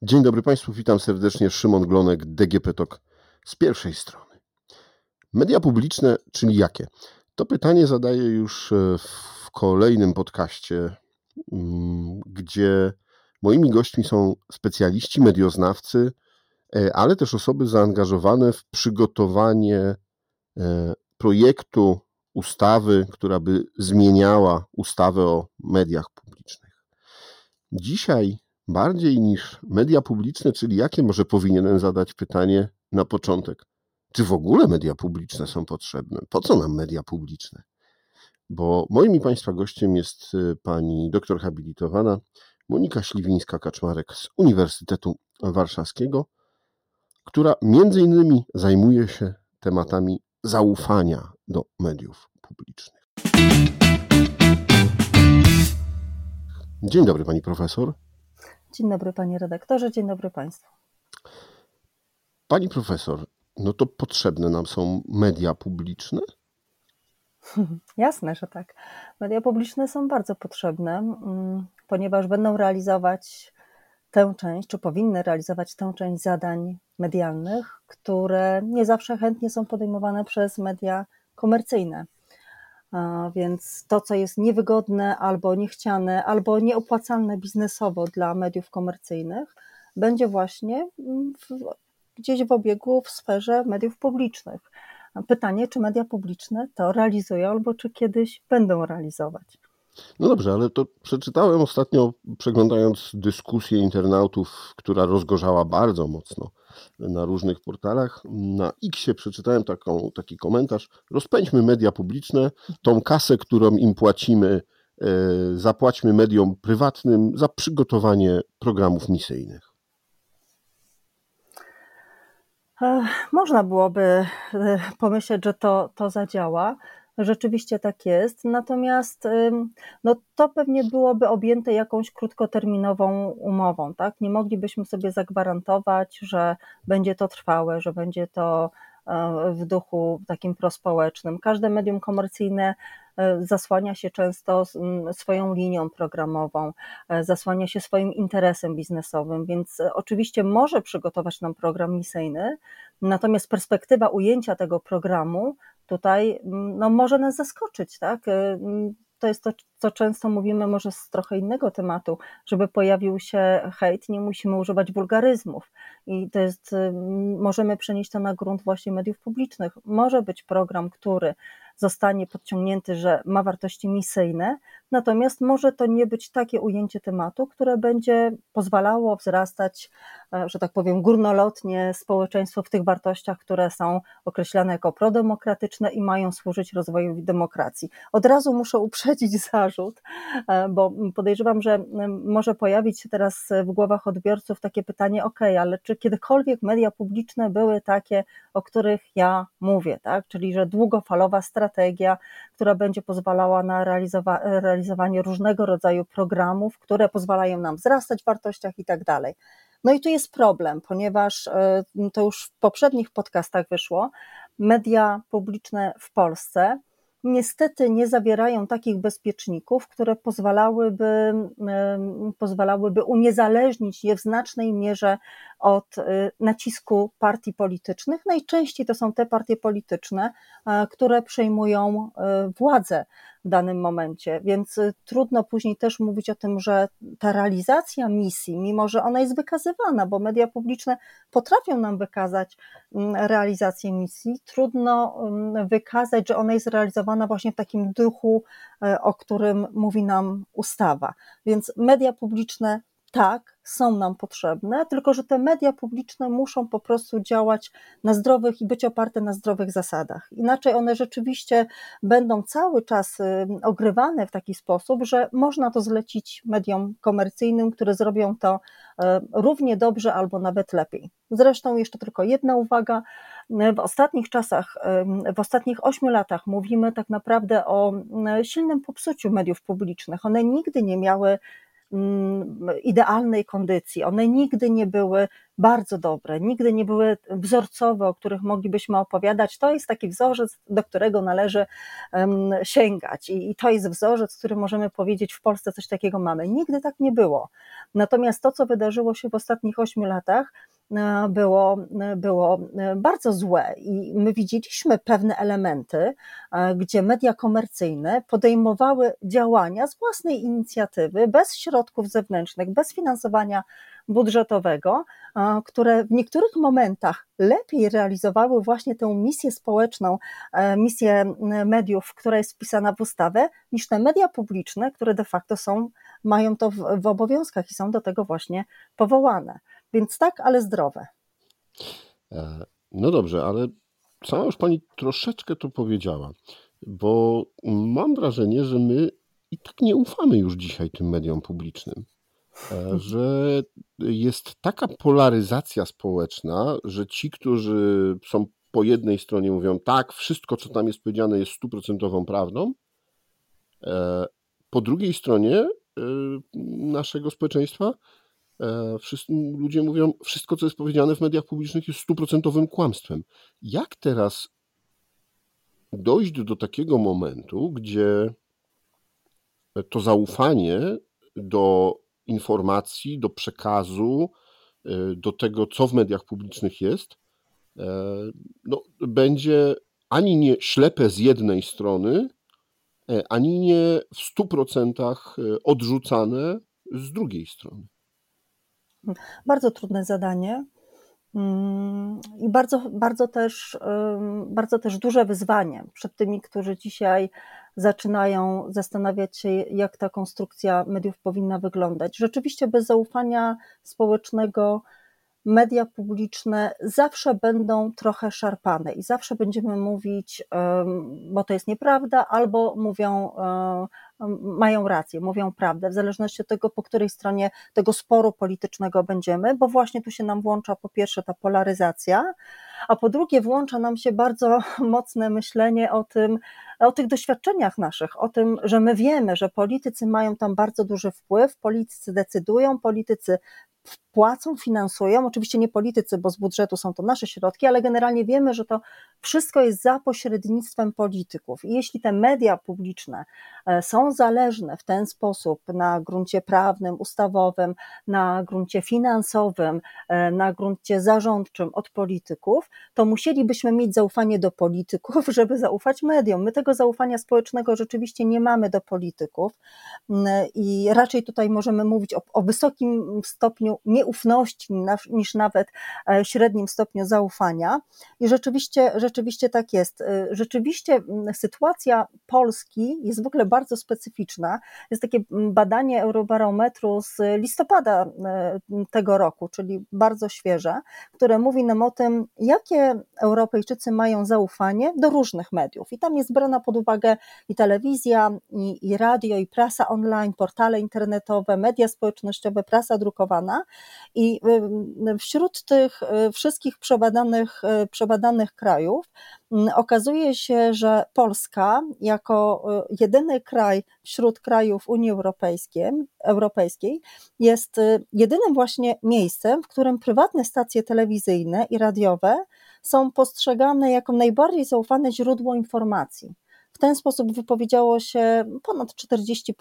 Dzień dobry Państwu, witam serdecznie. Szymon Glonek, DGP TOK z pierwszej strony. Media publiczne, czyli jakie? To pytanie zadaję już w kolejnym podcaście, gdzie moimi gośćmi są specjaliści, medioznawcy, ale też osoby zaangażowane w przygotowanie projektu ustawy, która by zmieniała ustawę o mediach publicznych. Dzisiaj bardziej niż media publiczne, czyli jakie, może powinienem zadać pytanie na początek. Czy w ogóle media publiczne są potrzebne? Po co nam media publiczne? Bo moim i Państwa gościem jest pani doktor habilitowana Monika Śliwińska-Kaczmarek z Uniwersytetu Warszawskiego, która między innymi zajmuje się tematami zaufania do mediów publicznych. Dzień dobry pani profesor. Dzień dobry panie redaktorze, dzień dobry państwu. Pani profesor, no to potrzebne nam są media publiczne? Jasne, że tak. Media publiczne są bardzo potrzebne, ponieważ będą realizować tę część, czy powinny realizować tę część zadań medialnych, które nie zawsze chętnie są podejmowane przez media komercyjne. Więc to, co jest niewygodne, albo niechciane, albo nieopłacalne biznesowo dla mediów komercyjnych, będzie właśnie gdzieś w obiegu w sferze mediów publicznych. Pytanie, czy media publiczne to realizują, albo czy kiedyś będą realizować. No dobrze, ale to przeczytałem ostatnio, przeglądając dyskusję internautów, która rozgorzała bardzo mocno na różnych portalach. Na X-ie przeczytałem taki komentarz: rozpędźmy media publiczne, tą kasę, którą im płacimy, zapłaćmy mediom prywatnym za przygotowanie programów misyjnych. Można byłoby pomyśleć, że to zadziała. Rzeczywiście tak jest, natomiast to pewnie byłoby objęte jakąś krótkoterminową umową, tak? Nie moglibyśmy sobie zagwarantować, że będzie to trwałe, że będzie to w duchu takim prospołecznym. Każde medium komercyjne zasłania się często swoją linią programową, zasłania się swoim interesem biznesowym, więc oczywiście może przygotować nam program misyjny, natomiast perspektywa ujęcia tego programu tutaj może nas zaskoczyć, tak? To jest to, co często mówimy, może z trochę innego tematu, żeby pojawił się hejt, nie musimy używać wulgaryzmów i to jest, możemy przenieść to na grunt właśnie mediów publicznych. Może być program, który zostanie podciągnięty, że ma wartości misyjne, natomiast może to nie być takie ujęcie tematu, które będzie pozwalało wzrastać, że tak powiem, górnolotnie społeczeństwo w tych wartościach, które są określane jako prodemokratyczne i mają służyć rozwojowi demokracji. Od razu muszę uprzedzić zarzut, bo podejrzewam, że może pojawić się teraz w głowach odbiorców takie pytanie: ale czy kiedykolwiek media publiczne były takie, o których ja mówię, tak? Czyli że długofalowa strategia, która będzie pozwalała na realizowanie różnego rodzaju programów, które pozwalają nam wzrastać w wartościach i tak dalej. No i tu jest problem, ponieważ to już w poprzednich podcastach wyszło, media publiczne w Polsce niestety nie zawierają takich bezpieczników, które pozwalałyby uniezależnić je w znacznej mierze od nacisku partii politycznych. Najczęściej to są te partie polityczne, które przejmują władzę w danym momencie, więc trudno później też mówić o tym, że ta realizacja misji, mimo że ona jest wykazywana, bo media publiczne potrafią nam wykazać realizację misji, trudno wykazać, że ona jest realizowana właśnie w takim duchu, o którym mówi nam ustawa. Więc media publiczne tak, są nam potrzebne, tylko że te media publiczne muszą po prostu działać na zdrowych i być oparte na zdrowych zasadach. Inaczej one rzeczywiście będą cały czas ogrywane w taki sposób, że można to zlecić mediom komercyjnym, które zrobią to równie dobrze albo nawet lepiej. Zresztą jeszcze tylko jedna uwaga. W ostatnich czasach, w ostatnich 8 latach mówimy tak naprawdę o silnym popsuciu mediów publicznych. One nigdy nie miały idealnej kondycji. One nigdy nie były bardzo dobre, nigdy nie były wzorcowe, o których moglibyśmy opowiadać. To jest taki wzorzec, do którego należy sięgać i to jest wzorzec, który możemy powiedzieć, w Polsce coś takiego mamy. Nigdy tak nie było. Natomiast to, co wydarzyło się w ostatnich 8 latach, było bardzo złe i my widzieliśmy pewne elementy, gdzie media komercyjne podejmowały działania z własnej inicjatywy, bez środków zewnętrznych, bez finansowania budżetowego, które w niektórych momentach lepiej realizowały właśnie tę misję społeczną, misję mediów, która jest wpisana w ustawę, niż te media publiczne, które de facto mają to w obowiązkach i są do tego właśnie powołane. Więc tak, ale zdrowe. No dobrze, ale sama już Pani troszeczkę to powiedziała, bo mam wrażenie, że my i tak nie ufamy już dzisiaj tym mediom publicznym, że jest taka polaryzacja społeczna, że ci, którzy są po jednej stronie mówią tak, wszystko co tam jest powiedziane jest 100% prawdą, po drugiej stronie naszego społeczeństwa wszyscy ludzie mówią, wszystko co jest powiedziane w mediach publicznych jest 100% kłamstwem. Jak teraz dojść do takiego momentu, gdzie to zaufanie do informacji, do przekazu, do tego, co w mediach publicznych jest, będzie ani nie ślepe z jednej strony, ani nie w 100% odrzucane z drugiej strony? Bardzo trudne zadanie i bardzo też duże wyzwanie przed tymi, którzy dzisiaj zaczynają zastanawiać się, jak ta konstrukcja mediów powinna wyglądać. Rzeczywiście bez zaufania społecznego media publiczne zawsze będą trochę szarpane i zawsze będziemy mówić, bo to jest nieprawda, albo mają rację, mówią prawdę, w zależności od tego, po której stronie tego sporu politycznego będziemy, bo właśnie tu się nam włącza po pierwsze ta polaryzacja, a po drugie włącza nam się bardzo mocne myślenie o tych doświadczeniach naszych, o tym, że my wiemy, że politycy mają tam bardzo duży wpływ, politycy decydują, politycy płacą, finansują, oczywiście nie politycy, bo z budżetu są to nasze środki, ale generalnie wiemy, że to wszystko jest za pośrednictwem polityków. I jeśli te media publiczne są zależne w ten sposób na gruncie prawnym, ustawowym, na gruncie finansowym, na gruncie zarządczym od polityków, to musielibyśmy mieć zaufanie do polityków, żeby zaufać mediom. My tego zaufania społecznego rzeczywiście nie mamy do polityków i raczej tutaj możemy mówić o wysokim stopniu nieufności niż nawet średnim stopniu zaufania i rzeczywiście tak jest. Rzeczywiście sytuacja Polski jest w ogóle bardzo specyficzna. Jest takie badanie Eurobarometru z listopada tego roku, czyli bardzo świeże, które mówi nam o tym, jakie Europejczycy mają zaufanie do różnych mediów. I tam jest brana pod uwagę i telewizja, i radio, i prasa online, portale internetowe, media społecznościowe, prasa drukowana. I wśród tych wszystkich przebadanych krajów okazuje się, że Polska jako jedyny kraj wśród krajów Unii Europejskiej jest jedynym właśnie miejscem, w którym prywatne stacje telewizyjne i radiowe są postrzegane jako najbardziej zaufane źródło informacji. W ten sposób wypowiedziało się ponad 40%,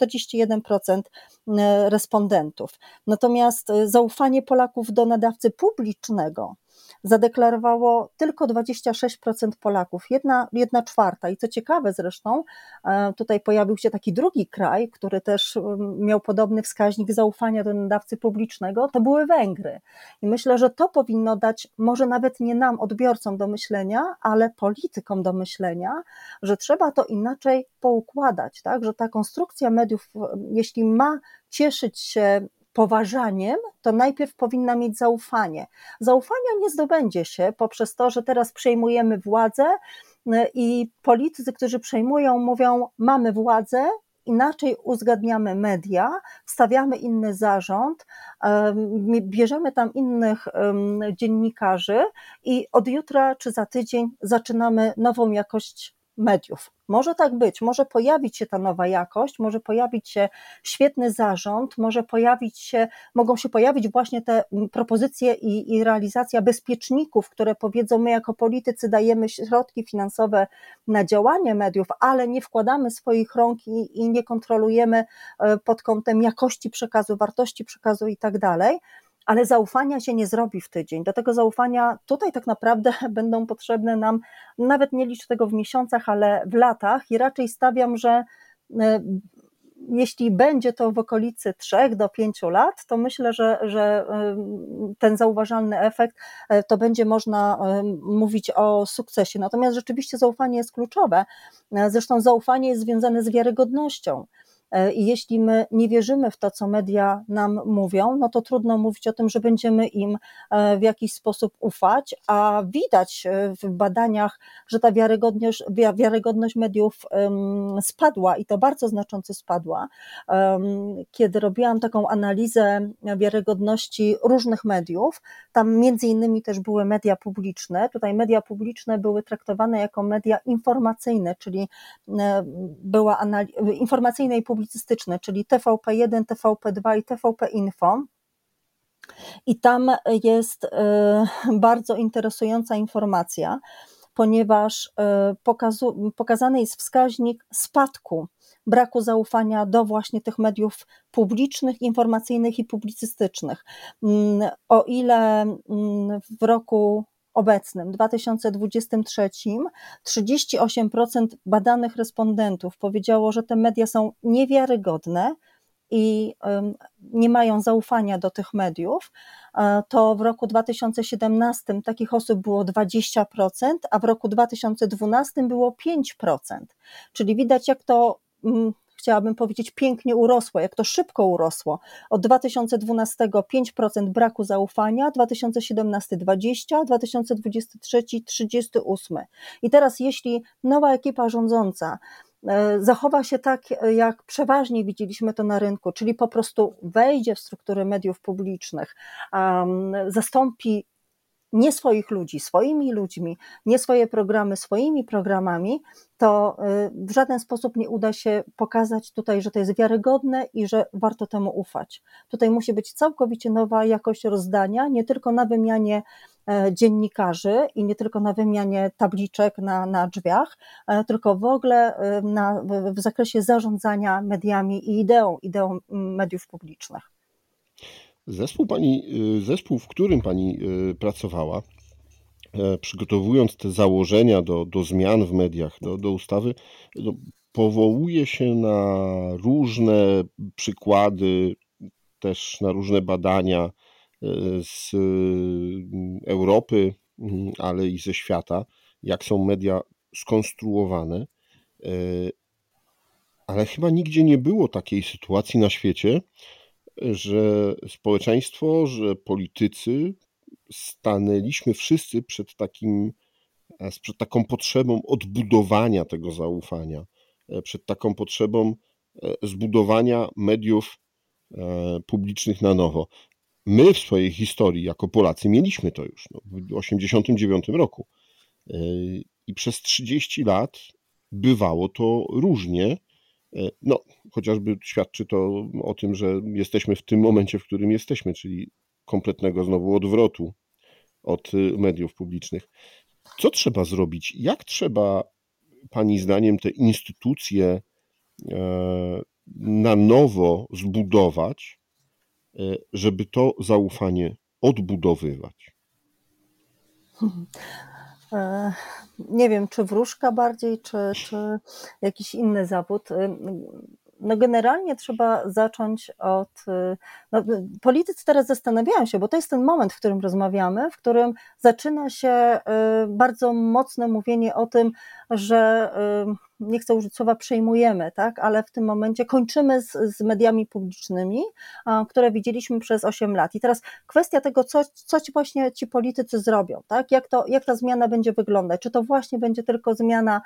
41% respondentów. Natomiast zaufanie Polaków do nadawcy publicznego zadeklarowało tylko 26% Polaków, 1/4. I co ciekawe zresztą, tutaj pojawił się taki drugi kraj, który też miał podobny wskaźnik zaufania do nadawcy publicznego, to były Węgry. I myślę, że to powinno dać może nawet nie nam, odbiorcom do myślenia, ale politykom do myślenia, że trzeba to inaczej poukładać, tak? Że ta konstrukcja mediów, jeśli ma cieszyć się poważaniem, to najpierw powinna mieć zaufanie. Zaufania nie zdobędzie się poprzez to, że teraz przejmujemy władzę i politycy, którzy przejmują, mówią, mamy władzę, inaczej uzgadniamy media, wstawiamy inny zarząd, bierzemy tam innych dziennikarzy i od jutra czy za tydzień zaczynamy nową jakość mediów. Może tak być, może pojawić się ta nowa jakość, może pojawić się świetny zarząd, mogą się pojawić właśnie te propozycje i realizacja bezpieczników, które powiedzą, my jako politycy dajemy środki finansowe na działanie mediów, ale nie wkładamy swoich rąk i nie kontrolujemy pod kątem jakości przekazu, wartości przekazu i tak dalej. Ale zaufania się nie zrobi w tydzień. Do tego zaufania tutaj tak naprawdę będą potrzebne nam, nawet nie liczę tego w miesiącach, ale w latach i raczej stawiam, że jeśli będzie to w okolicy 3 do 5 lat, to myślę, że ten zauważalny efekt, to będzie można mówić o sukcesie. Natomiast rzeczywiście zaufanie jest kluczowe. Zresztą zaufanie jest związane z wiarygodnością. I jeśli my nie wierzymy w to, co media nam mówią, no to trudno mówić o tym, że będziemy im w jakiś sposób ufać, a widać w badaniach, że ta wiarygodność mediów spadła i to bardzo znacząco spadła. Kiedy robiłam taką analizę wiarygodności różnych mediów, tam między innymi też były media publiczne. Tutaj media publiczne były traktowane jako media informacyjne, czyli była informacyjne i publicystyczne, czyli TVP1, TVP2 i TVP Info. I tam jest bardzo interesująca informacja, ponieważ pokazany jest wskaźnik spadku braku zaufania do właśnie tych mediów publicznych, informacyjnych i publicystycznych. O ile w roku obecnym, 2023, 38% badanych respondentów powiedziało, że te media są niewiarygodne i nie mają zaufania do tych mediów, to w roku 2017 takich osób było 20%, a w roku 2012 było 5%. Czyli widać, jak to, chciałabym powiedzieć, pięknie urosło, jak to szybko urosło. Od 2012 5% braku zaufania, 2017 20%, 2023 38%. I teraz jeśli nowa ekipa rządząca zachowa się tak, jak przeważnie widzieliśmy to na rynku, czyli po prostu wejdzie w struktury mediów publicznych, zastąpi nie swoich ludzi swoimi ludźmi, nie swoje programy swoimi programami, to w żaden sposób nie uda się pokazać tutaj, że to jest wiarygodne i że warto temu ufać. Tutaj musi być całkowicie nowa jakość rozdania, nie tylko na wymianie dziennikarzy i nie tylko na wymianie tabliczek na drzwiach, tylko w ogóle w zakresie zarządzania mediami i ideą mediów publicznych. Zespół, w którym pani pracowała, przygotowując te założenia do zmian w mediach, do ustawy, powołuje się na różne przykłady, też na różne badania z Europy, ale i ze świata, jak są media skonstruowane. Ale chyba nigdzie nie było takiej sytuacji na świecie, że społeczeństwo, że politycy stanęliśmy wszyscy przed taką potrzebą odbudowania tego zaufania, przed taką potrzebą zbudowania mediów publicznych na nowo. My w swojej historii jako Polacy mieliśmy to już w 1989 roku i przez 30 lat bywało to różnie. No, chociażby świadczy to o tym, że jesteśmy w tym momencie, w którym jesteśmy, czyli kompletnego znowu odwrotu od mediów publicznych. Co trzeba zrobić? Jak trzeba, pani zdaniem, te instytucje na nowo zbudować, żeby to zaufanie odbudowywać? Nie wiem, czy wróżka bardziej, czy jakiś inny zawód. No generalnie trzeba zacząć od... politycy teraz zastanawiają się, bo to jest ten moment, w którym rozmawiamy, w którym zaczyna się bardzo mocne mówienie o tym, że nie chcę użyć słowa przejmujemy, tak, ale w tym momencie kończymy z mediami publicznymi, które widzieliśmy przez 8 lat. I teraz kwestia tego, co właśnie ci politycy zrobią, tak, jak ta zmiana będzie wyglądać, czy to właśnie będzie tylko zmiana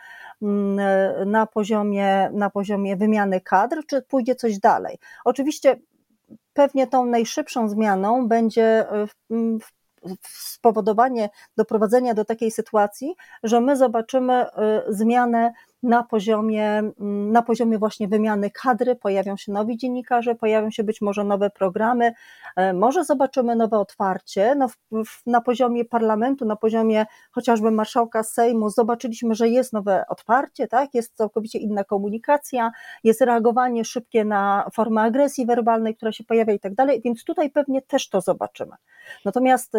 na poziomie wymiany kadr, czy pójdzie coś dalej. Oczywiście pewnie tą najszybszą zmianą będzie spowodowanie doprowadzenia do takiej sytuacji, że my zobaczymy zmianę na poziomie właśnie wymiany kadry, pojawią się nowi dziennikarze, pojawią się być może nowe programy, może zobaczymy nowe otwarcie. Na poziomie parlamentu, na poziomie chociażby marszałka Sejmu zobaczyliśmy, że jest nowe otwarcie, tak? Jest całkowicie inna komunikacja, jest reagowanie szybkie na formę agresji werbalnej, która się pojawia i tak dalej, więc tutaj pewnie też to zobaczymy. Natomiast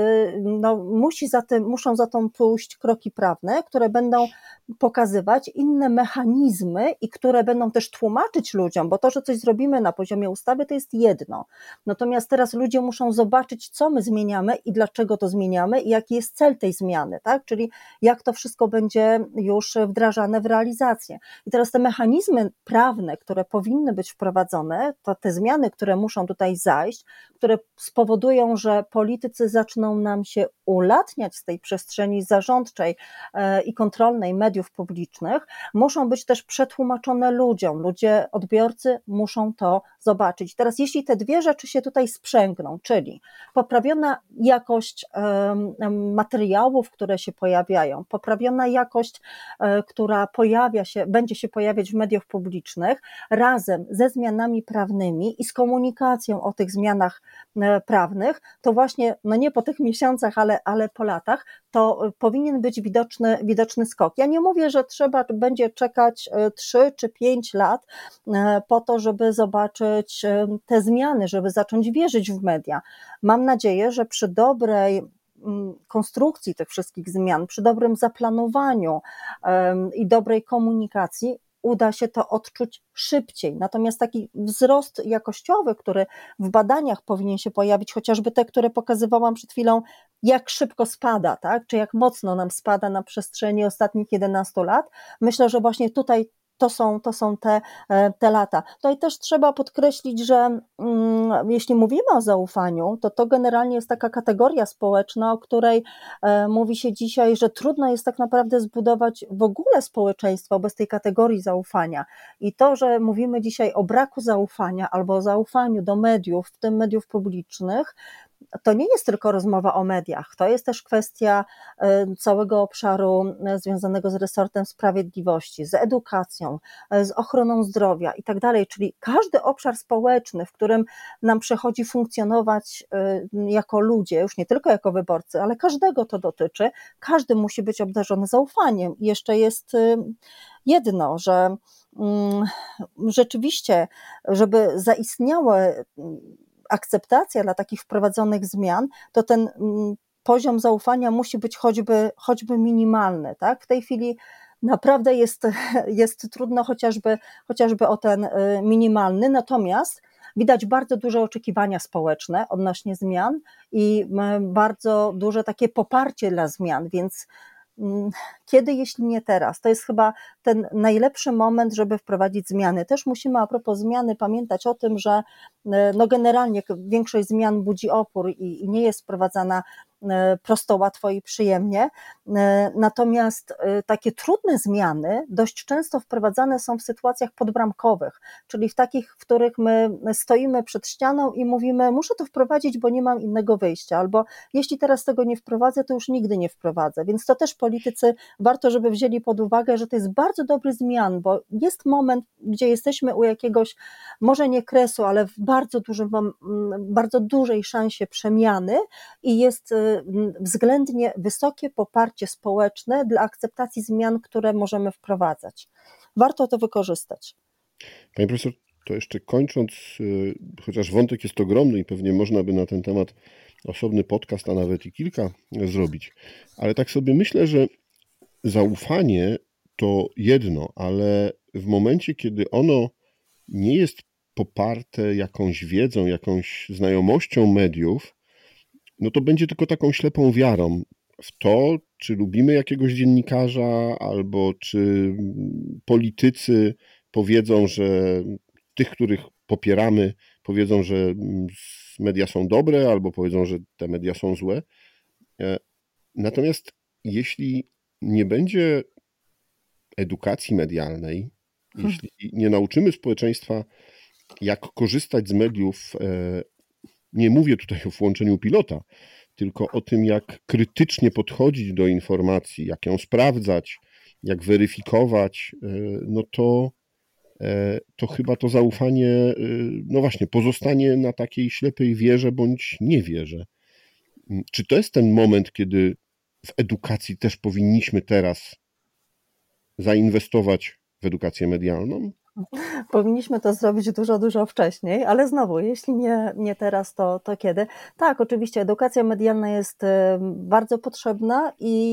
muszą za tym pójść kroki prawne, które będą pokazywać inne mechanizmy i które będą też tłumaczyć ludziom, bo to, że coś zrobimy na poziomie ustawy, to jest jedno. Natomiast teraz ludzie muszą zobaczyć, co my zmieniamy i dlaczego to zmieniamy i jaki jest cel tej zmiany, tak? Czyli jak to wszystko będzie już wdrażane w realizację. I teraz te mechanizmy prawne, które powinny być wprowadzone, to te zmiany, które muszą tutaj zajść, które spowodują, że politycy zaczną nam się ulatniać z tej przestrzeni zarządczej i kontrolnej mediów publicznych, muszą być też przetłumaczone ludziom. Odbiorcy muszą to zobaczyć. Teraz jeśli te dwie rzeczy się tutaj sprzęgną, czyli poprawiona jakość materiałów, które się pojawiają, poprawiona jakość, która będzie się pojawiać w mediach publicznych, razem ze zmianami prawnymi i z komunikacją o tych zmianach prawnych, to właśnie, no nie po tych miesiącach, ale po latach, to powinien być widoczny skok. Ja nie mówię, że trzeba będzie czekać 3 czy 5 lat po to, żeby zobaczyć te zmiany, żeby zacząć wierzyć w media. Mam nadzieję, że przy dobrej konstrukcji tych wszystkich zmian, przy dobrym zaplanowaniu i dobrej komunikacji uda się to odczuć szybciej. Natomiast taki wzrost jakościowy, który w badaniach powinien się pojawić, chociażby te, które pokazywałam przed chwilą, jak szybko spada, tak? Czy jak mocno nam spada na przestrzeni ostatnich 11 lat, myślę, że właśnie tutaj to są te lata. Tutaj też trzeba podkreślić, że jeśli mówimy o zaufaniu, to generalnie jest taka kategoria społeczna, o której mówi się dzisiaj, że trudno jest tak naprawdę zbudować w ogóle społeczeństwo bez tej kategorii zaufania. I to, że mówimy dzisiaj o braku zaufania albo o zaufaniu do mediów, w tym mediów publicznych, to nie jest tylko rozmowa o mediach, to jest też kwestia całego obszaru związanego z resortem sprawiedliwości, z edukacją, z ochroną zdrowia i tak dalej, czyli każdy obszar społeczny, w którym nam przychodzi funkcjonować jako ludzie, już nie tylko jako wyborcy, ale każdego to dotyczy, każdy musi być obdarzony zaufaniem. I jeszcze jest jedno, że rzeczywiście, żeby zaistniały akceptacja dla takich wprowadzonych zmian, to ten poziom zaufania musi być choćby minimalny, tak? W tej chwili naprawdę jest trudno chociażby o ten minimalny, natomiast widać bardzo duże oczekiwania społeczne odnośnie zmian i bardzo duże takie poparcie dla zmian, więc kiedy, jeśli nie teraz? To jest chyba ten najlepszy moment, żeby wprowadzić zmiany. Też musimy a propos zmiany pamiętać o tym, że no generalnie większość zmian budzi opór i nie jest wprowadzana prosto, łatwo i przyjemnie. Natomiast takie trudne zmiany dość często wprowadzane są w sytuacjach podbramkowych, czyli w takich, w których my stoimy przed ścianą i mówimy, muszę to wprowadzić, bo nie mam innego wyjścia, albo jeśli teraz tego nie wprowadzę, to już nigdy nie wprowadzę. Więc to też politycy warto, żeby wzięli pod uwagę, że to jest bardzo dobry zmian, bo jest moment, gdzie jesteśmy u jakiegoś, może nie kresu, ale w bardzo dużej szansie przemiany i jest względnie wysokie poparcie społeczne dla akceptacji zmian, które możemy wprowadzać. Warto to wykorzystać. Pani profesor, to jeszcze kończąc, chociaż wątek jest ogromny i pewnie można by na ten temat osobny podcast, a nawet i kilka zrobić, ale tak sobie myślę, że zaufanie to jedno, ale w momencie, kiedy ono nie jest poparte jakąś wiedzą, jakąś znajomością mediów, no to będzie tylko taką ślepą wiarą w to, czy lubimy jakiegoś dziennikarza, albo czy politycy powiedzą, że tych, których popieramy, powiedzą, że media są dobre, albo powiedzą, że te media są złe. Natomiast jeśli nie będzie edukacji medialnej, jeśli nie nauczymy społeczeństwa, jak korzystać z mediów, nie mówię tutaj o włączeniu pilota, tylko o tym, jak krytycznie podchodzić do informacji, jak ją sprawdzać, jak weryfikować, no to chyba to zaufanie, no właśnie, pozostanie na takiej ślepej wierze bądź niewierze. Czy to jest ten moment, kiedy w edukacji też powinniśmy teraz zainwestować w edukację medialną? Powinniśmy to zrobić dużo, dużo wcześniej, ale znowu, jeśli nie teraz, to kiedy? Tak, oczywiście edukacja medialna jest bardzo potrzebna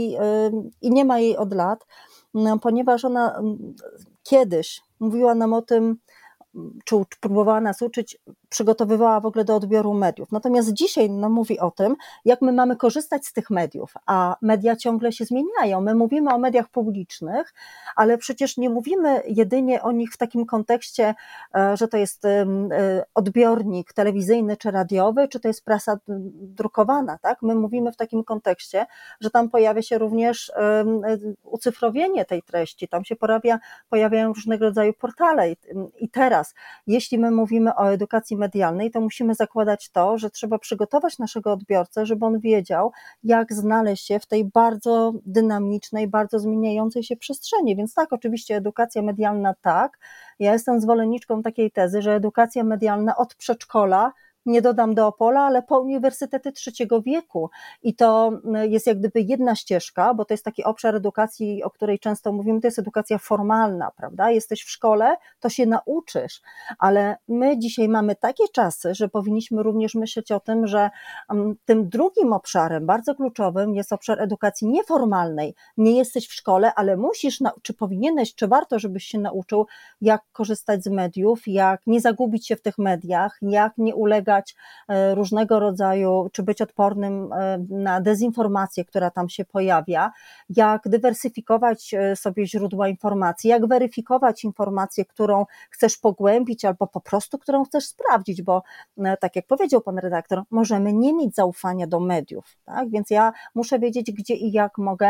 i nie ma jej od lat, ponieważ ona kiedyś mówiła nam o tym, czy próbowała nas uczyć, przygotowywała w ogóle do odbioru mediów. Natomiast dzisiaj nam mówi o tym, jak my mamy korzystać z tych mediów, a media ciągle się zmieniają. My mówimy o mediach publicznych, ale przecież nie mówimy jedynie o nich w takim kontekście, że to jest odbiornik telewizyjny czy radiowy, czy to jest prasa drukowana, tak? My mówimy w takim kontekście, że tam pojawia się również ucyfrowienie tej treści, tam się pojawiają różnego rodzaju portale i teraz, jeśli my mówimy o edukacji medialnej, to musimy zakładać to, że trzeba przygotować naszego odbiorcę, żeby on wiedział, jak znaleźć się w tej bardzo dynamicznej, bardzo zmieniającej się przestrzeni. Więc tak, oczywiście edukacja medialna tak. Ja jestem zwolenniczką takiej tezy, że edukacja medialna od przedszkola, nie dodam do Opola, ale po uniwersytety trzeciego wieku. I to jest jak gdyby jedna ścieżka, bo to jest taki obszar edukacji, o której często mówimy, to jest edukacja formalna, prawda? Jesteś w szkole, to się nauczysz, ale my dzisiaj mamy takie czasy, że powinniśmy również myśleć o tym, że tym drugim obszarem, bardzo kluczowym, jest obszar edukacji nieformalnej. Nie jesteś w szkole, ale musisz, czy powinieneś, czy warto, żebyś się nauczył, jak korzystać z mediów, jak nie zagubić się w tych mediach, jak nie ulegać różnego rodzaju, czy być odpornym na dezinformację, która tam się pojawia, jak dywersyfikować sobie źródła informacji, jak weryfikować informację, którą chcesz pogłębić albo po prostu, którą chcesz sprawdzić, bo tak jak powiedział pan redaktor, możemy nie mieć zaufania do mediów, tak? Więc ja muszę wiedzieć, gdzie i jak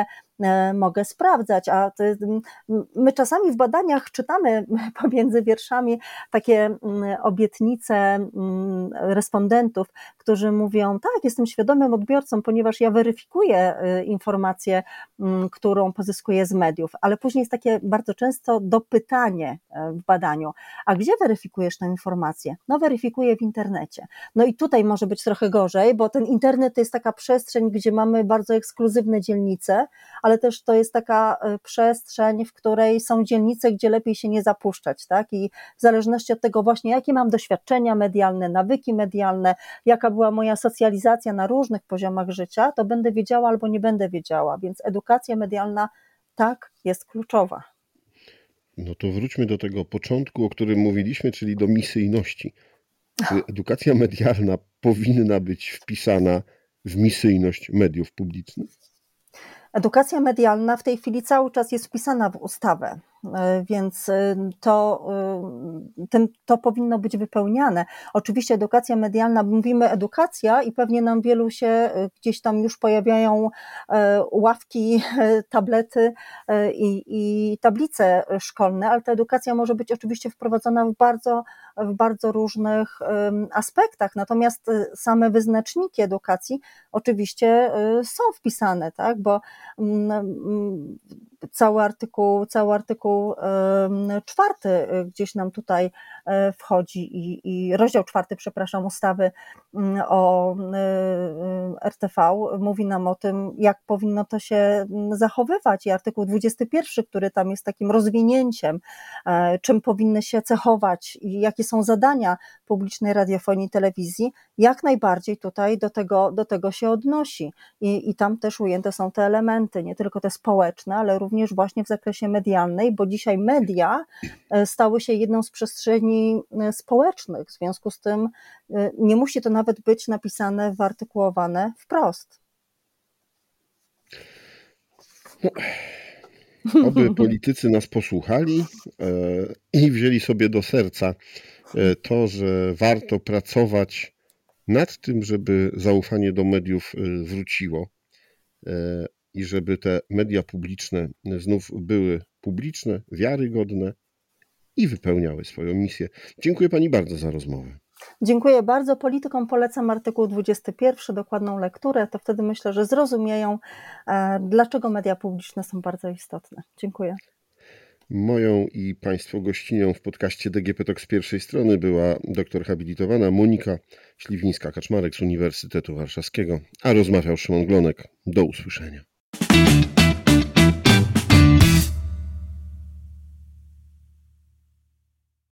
mogę sprawdzać, a my czasami w badaniach czytamy pomiędzy wierszami takie obietnice respondentów, którzy mówią, tak, jestem świadomym odbiorcą, ponieważ ja weryfikuję informację, którą pozyskuję z mediów, ale później jest takie bardzo często dopytanie w badaniu, a gdzie weryfikujesz tę informację? No weryfikuję w internecie. No i tutaj może być trochę gorzej, bo ten internet to jest taka przestrzeń, gdzie mamy bardzo ekskluzywne dzielnice, ale też to jest taka przestrzeń, w której są dzielnice, gdzie lepiej się nie zapuszczać, tak? I w zależności od tego właśnie, jakie mam doświadczenia medialne, nawyki medialne, jaka była moja socjalizacja na różnych poziomach życia, to będę wiedziała albo nie będę wiedziała, więc edukacja medialna tak jest kluczowa. No to wróćmy do tego początku, o którym mówiliśmy, czyli do misyjności. Czy edukacja medialna powinna być wpisana w misyjność mediów publicznych? Edukacja medialna w tej chwili cały czas jest wpisana w ustawę, więc to powinno być wypełniane. Oczywiście edukacja medialna, mówimy edukacja i pewnie nam wielu się gdzieś tam już pojawiają ławki, tablety i tablice szkolne, ale ta edukacja może być oczywiście wprowadzona w bardzo różnych aspektach, natomiast same wyznaczniki edukacji oczywiście są wpisane, tak, bo cały artykuł 4 gdzieś nam tutaj wchodzi i rozdział 4, przepraszam, ustawy o RTV mówi nam o tym, jak powinno to się zachowywać, i artykuł 21, który tam jest takim rozwinięciem, czym powinny się cechować i jakie są zadania publicznej radiofonii i telewizji, jak najbardziej tutaj do tego się odnosi i tam też ujęte są te elementy, nie tylko te społeczne, ale również właśnie w zakresie medialnej, bo dzisiaj media stały się jedną z przestrzeni społecznych, w związku z tym nie musi to nawet być napisane, wyartykułowane wprost. No, oby politycy nas posłuchali i wzięli sobie do serca to, że warto pracować nad tym, żeby zaufanie do mediów wróciło i żeby te media publiczne znów były publiczne, wiarygodne i wypełniały swoją misję. Dziękuję pani bardzo za rozmowę. Dziękuję bardzo. Politykom polecam artykuł 21, dokładną lekturę. To wtedy myślę, że zrozumieją, dlaczego media publiczne są bardzo istotne. Dziękuję. Moją i Państwa gościnią w podcaście DGP Talk z pierwszej strony była doktor habilitowana Monika Śliwińska-Kaczmarek z Uniwersytetu Warszawskiego, a rozmawiał Szymon Glonek. Do usłyszenia.